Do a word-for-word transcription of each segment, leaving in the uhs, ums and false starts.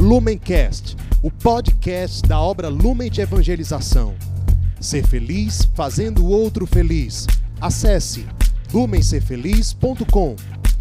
Lumencast, o podcast da obra Lumen de Evangelização. Ser feliz fazendo o outro feliz. Acesse lumen ser feliz ponto com.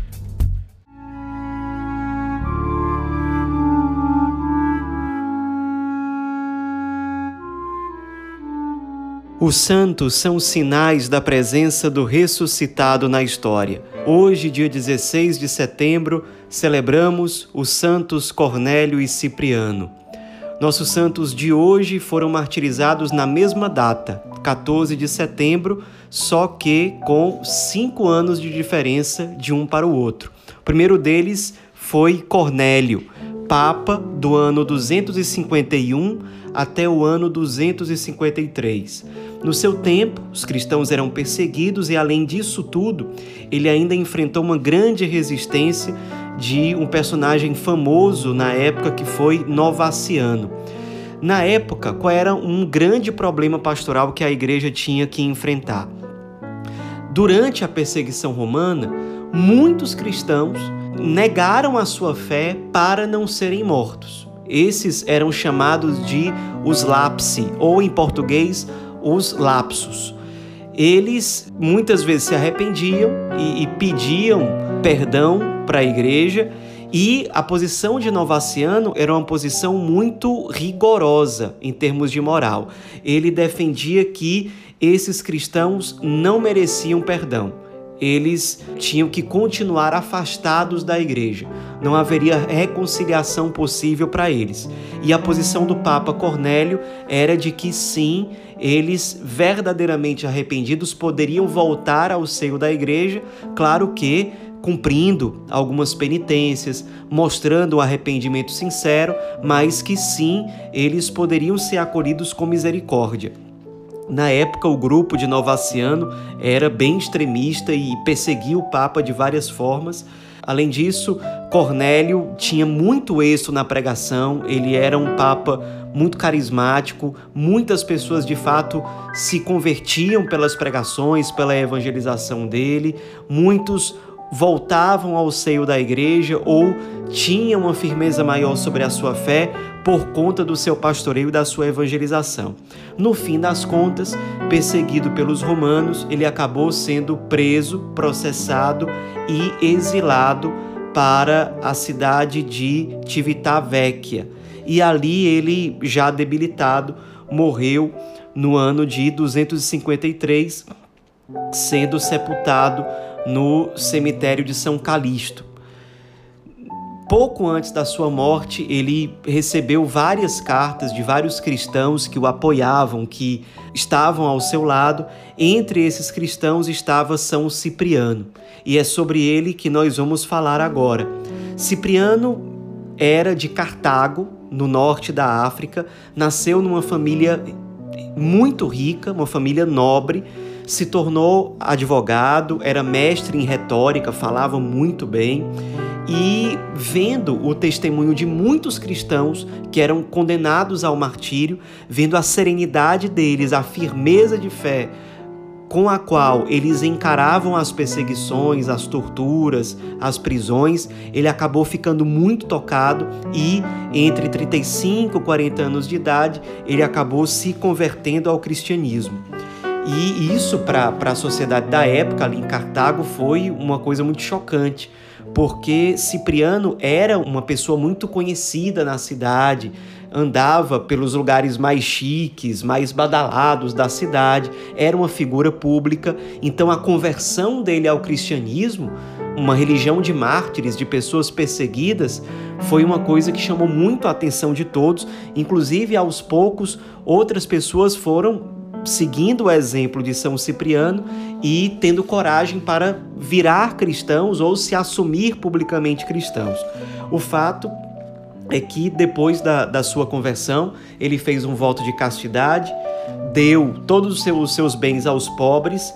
Os santos são sinais da presença do ressuscitado na história. Hoje, dia dezesseis de setembro, celebramos os santos Cornélio e Cipriano. Nossos santos de hoje foram martirizados na mesma data, quatorze de setembro, só que com cinco anos de diferença de um para o outro. O primeiro deles foi Cornélio, Papa do ano duzentos e cinquenta e um até o ano duzentos e cinquenta e três. No seu tempo, os cristãos eram perseguidos e, além disso tudo, ele ainda enfrentou uma grande resistência de um personagem famoso na época que foi Novaciano. Na época, qual era um grande problema pastoral que a igreja tinha que enfrentar? Durante a perseguição romana, muitos cristãos negaram a sua fé para não serem mortos. Esses eram chamados de os lapsi, ou em português, os lapsos. Eles muitas vezes se arrependiam e, e pediam perdão para a igreja, e a posição de Novaciano era uma posição muito rigorosa em termos de moral. Ele defendia que esses cristãos não mereciam perdão. Eles tinham que continuar afastados da igreja. Não haveria reconciliação possível para eles. E a posição do Papa Cornélio era de que sim, eles verdadeiramente arrependidos poderiam voltar ao seio da igreja, claro que cumprindo algumas penitências, mostrando o arrependimento sincero, mas que sim, eles poderiam ser acolhidos com misericórdia. Na época, o grupo de Novaciano era bem extremista e perseguia o Papa de várias formas. Além disso, Cornélio tinha muito êxito na pregação, ele era um Papa muito carismático, muitas pessoas de fato se convertiam pelas pregações, pela evangelização dele, muitos voltavam ao seio da igreja ou tinham uma firmeza maior sobre a sua fé por conta do seu pastoreio e da sua evangelização. No fim das contas, perseguido pelos romanos, ele acabou sendo preso, processado e exilado para a cidade de Civitavecchia. E ali ele, já debilitado, morreu no ano de duzentos e cinquenta e três, sendo sepultado no cemitério de São Calixto. Pouco antes da sua morte, ele recebeu várias cartas de vários cristãos que o apoiavam, que estavam ao seu lado. Entre esses cristãos estava São Cipriano, e é sobre ele que nós vamos falar agora. Cipriano era de Cartago, no norte da África, nasceu numa família muito rica, uma família nobre, se tornou advogado, era mestre em retórica, falava muito bem, e vendo o testemunho de muitos cristãos que eram condenados ao martírio, vendo a serenidade deles, a firmeza de fé com a qual eles encaravam as perseguições, as torturas, as prisões, ele acabou ficando muito tocado e, entre trinta e cinco e quarenta anos de idade, ele acabou se convertendo ao cristianismo. E isso, para a sociedade da época, ali em Cartago, foi uma coisa muito chocante, porque Cipriano era uma pessoa muito conhecida na cidade, andava pelos lugares mais chiques, mais badalados da cidade, era uma figura pública. Então a conversão dele ao cristianismo, uma religião de mártires, de pessoas perseguidas, foi uma coisa que chamou muito a atenção de todos. Inclusive, aos poucos, outras pessoas foram seguindo o exemplo de São Cipriano e tendo coragem para virar cristãos ou se assumir publicamente cristãos. O fato é que depois da, da sua conversão, ele fez um voto de castidade, deu todos os seus, os seus bens aos pobres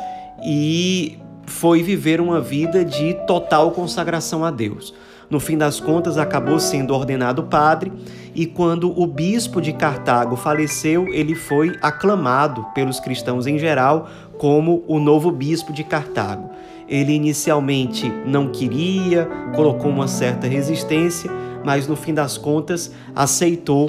e foi viver uma vida de total consagração a Deus. No fim das contas, acabou sendo ordenado padre e quando o bispo de Cartago faleceu, ele foi aclamado pelos cristãos em geral como o novo bispo de Cartago. Ele inicialmente não queria, colocou uma certa resistência, mas no fim das contas aceitou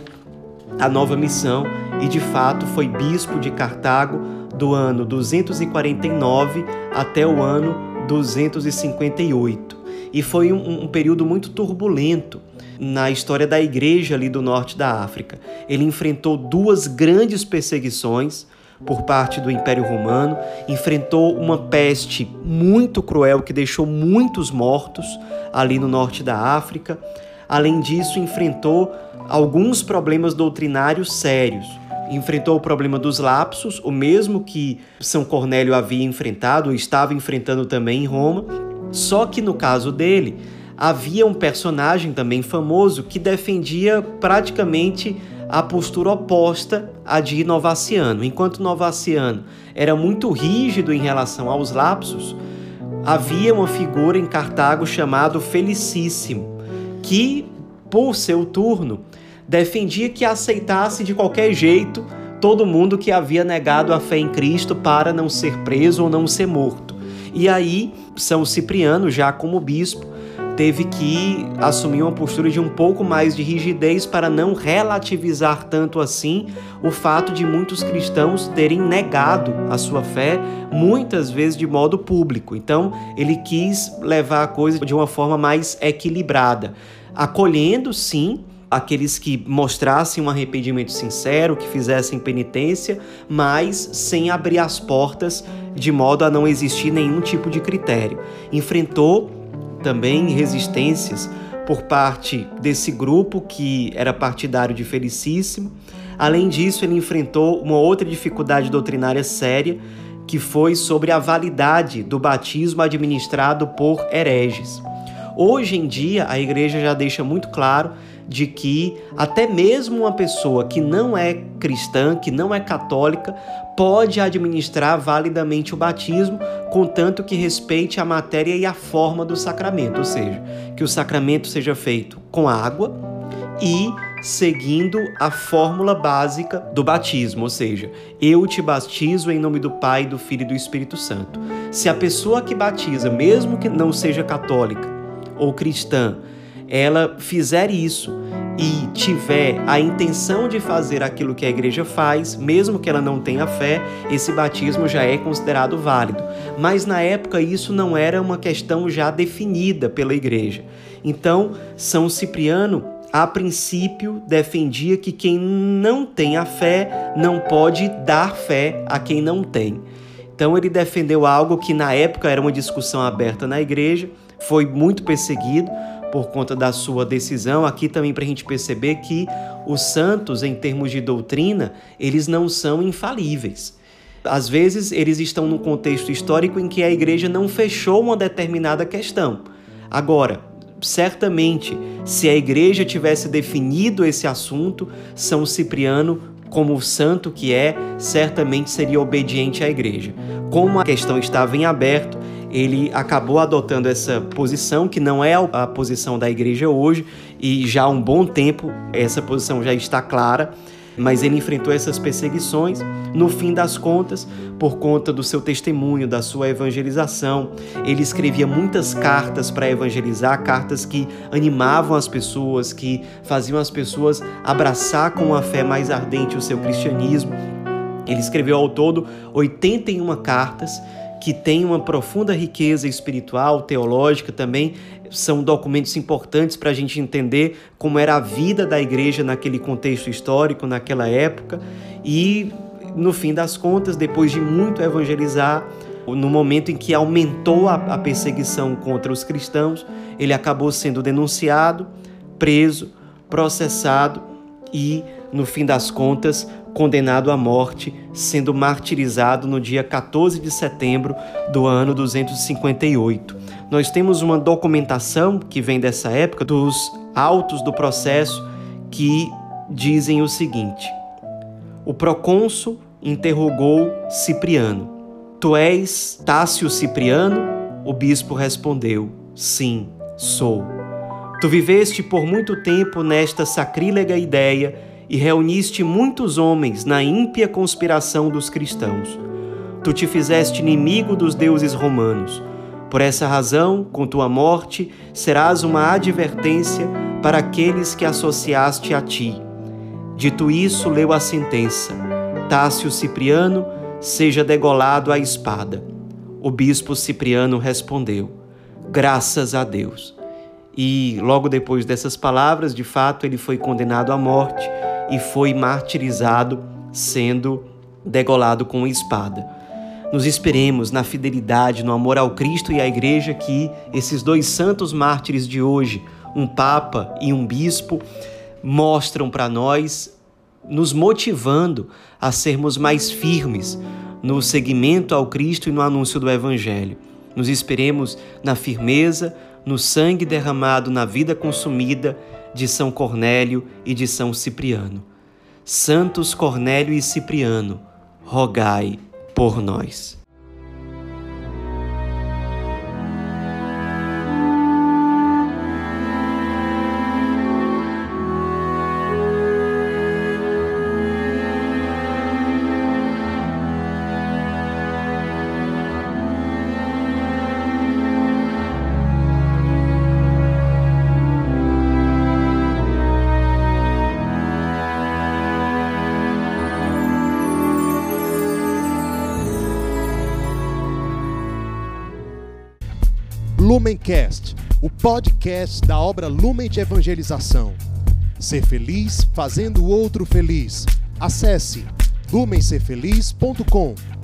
a nova missão e de fato foi bispo de Cartago do ano duzentos e quarenta e nove até o ano duzentos e cinquenta e oito. E foi um, um período muito turbulento na história da igreja ali do norte da África. Ele enfrentou duas grandes perseguições por parte do Império Romano, enfrentou uma peste muito cruel que deixou muitos mortos ali no norte da África. Além disso, enfrentou alguns problemas doutrinários sérios. Enfrentou o problema dos lapsos, o mesmo que São Cornélio havia enfrentado, ou estava enfrentando também em Roma. Só que no caso dele, havia um personagem também famoso que defendia praticamente a postura oposta à de Novaciano. Enquanto Novaciano era muito rígido em relação aos lapsos, havia uma figura em Cartago chamado Felicíssimo, que, por seu turno, defendia que aceitasse de qualquer jeito todo mundo que havia negado a fé em Cristo para não ser preso ou não ser morto. E aí, São Cipriano, já como bispo, teve que assumir uma postura de um pouco mais de rigidez para não relativizar tanto assim o fato de muitos cristãos terem negado a sua fé, muitas vezes de modo público. Então, ele quis levar a coisa de uma forma mais equilibrada, acolhendo, sim, aqueles que mostrassem um arrependimento sincero, que fizessem penitência, mas sem abrir as portas de modo a não existir nenhum tipo de critério. Enfrentou também resistências por parte desse grupo que era partidário de Felicíssimo. Além disso, ele enfrentou uma outra dificuldade doutrinária séria, que foi sobre a validade do batismo administrado por hereges. Hoje em dia, a igreja já deixa muito claro de que até mesmo uma pessoa que não é cristã, que não é católica, pode administrar validamente o batismo, contanto que respeite a matéria e a forma do sacramento, ou seja, que o sacramento seja feito com água e seguindo a fórmula básica do batismo, ou seja, eu te batizo em nome do Pai, do Filho e do Espírito Santo. Se a pessoa que batiza, mesmo que não seja católica ou cristã, ela fizer isso e tiver a intenção de fazer aquilo que a igreja faz, mesmo que ela não tenha fé, esse batismo já é considerado válido. Mas na época isso não era uma questão já definida pela igreja. Então, São Cipriano, a princípio, defendia que quem não tem a fé não pode dar fé a quem não tem. Então ele defendeu algo que na época era uma discussão aberta na igreja, foi muito perseguido por conta da sua decisão. Aqui também para a gente perceber que os santos, em termos de doutrina, eles não são infalíveis. Às vezes, eles estão num contexto histórico em que a igreja não fechou uma determinada questão. Agora, certamente, se a igreja tivesse definido esse assunto, São Cipriano, como o santo que é, certamente seria obediente à igreja. Como a questão estava em aberto, ele acabou adotando essa posição, que não é a posição da igreja hoje, e já há um bom tempo essa posição já está clara, mas ele enfrentou essas perseguições. No fim das contas, por conta do seu testemunho, da sua evangelização, ele escrevia muitas cartas para evangelizar, cartas que animavam as pessoas, que faziam as pessoas abraçar com a fé mais ardente o seu cristianismo. Ele escreveu ao todo oitenta e uma cartas, que tem uma profunda riqueza espiritual, teológica também. São documentos importantes para a gente entender como era a vida da igreja naquele contexto histórico, naquela época. E, no fim das contas, depois de muito evangelizar, no momento em que aumentou a, a perseguição contra os cristãos, ele acabou sendo denunciado, preso, processado e, no fim das contas, condenado à morte, sendo martirizado no dia quatorze de setembro do ano duzentos e cinquenta e oito. Nós temos uma documentação que vem dessa época, dos autos do processo, que dizem o seguinte: o procônsul interrogou Cipriano: tu és Tácio Cipriano? O bispo respondeu: sim, sou. Tu viveste por muito tempo nesta sacrílega ideia e reuniste muitos homens na ímpia conspiração dos cristãos. Tu te fizeste inimigo dos deuses romanos. Por essa razão, com tua morte, serás uma advertência para aqueles que associaste a ti. Dito isso, leu a sentença. Tácio Cipriano seja degolado à espada. O bispo Cipriano respondeu: graças a Deus. E logo depois dessas palavras, de fato, ele foi condenado à morte e foi martirizado, sendo degolado com espada. Nos esperemos na fidelidade, no amor ao Cristo e à Igreja que esses dois santos mártires de hoje, um Papa e um Bispo, mostram para nós, nos motivando a sermos mais firmes no seguimento ao Cristo e no anúncio do Evangelho. Nos esperemos na firmeza, no sangue derramado na vida consumida de São Cornélio e de São Cipriano. Santos Cornélio e Cipriano, rogai por nós. Lumencast, o podcast da obra Lumen de Evangelização. Ser feliz fazendo o outro feliz. Acesse lumen ser feliz ponto com.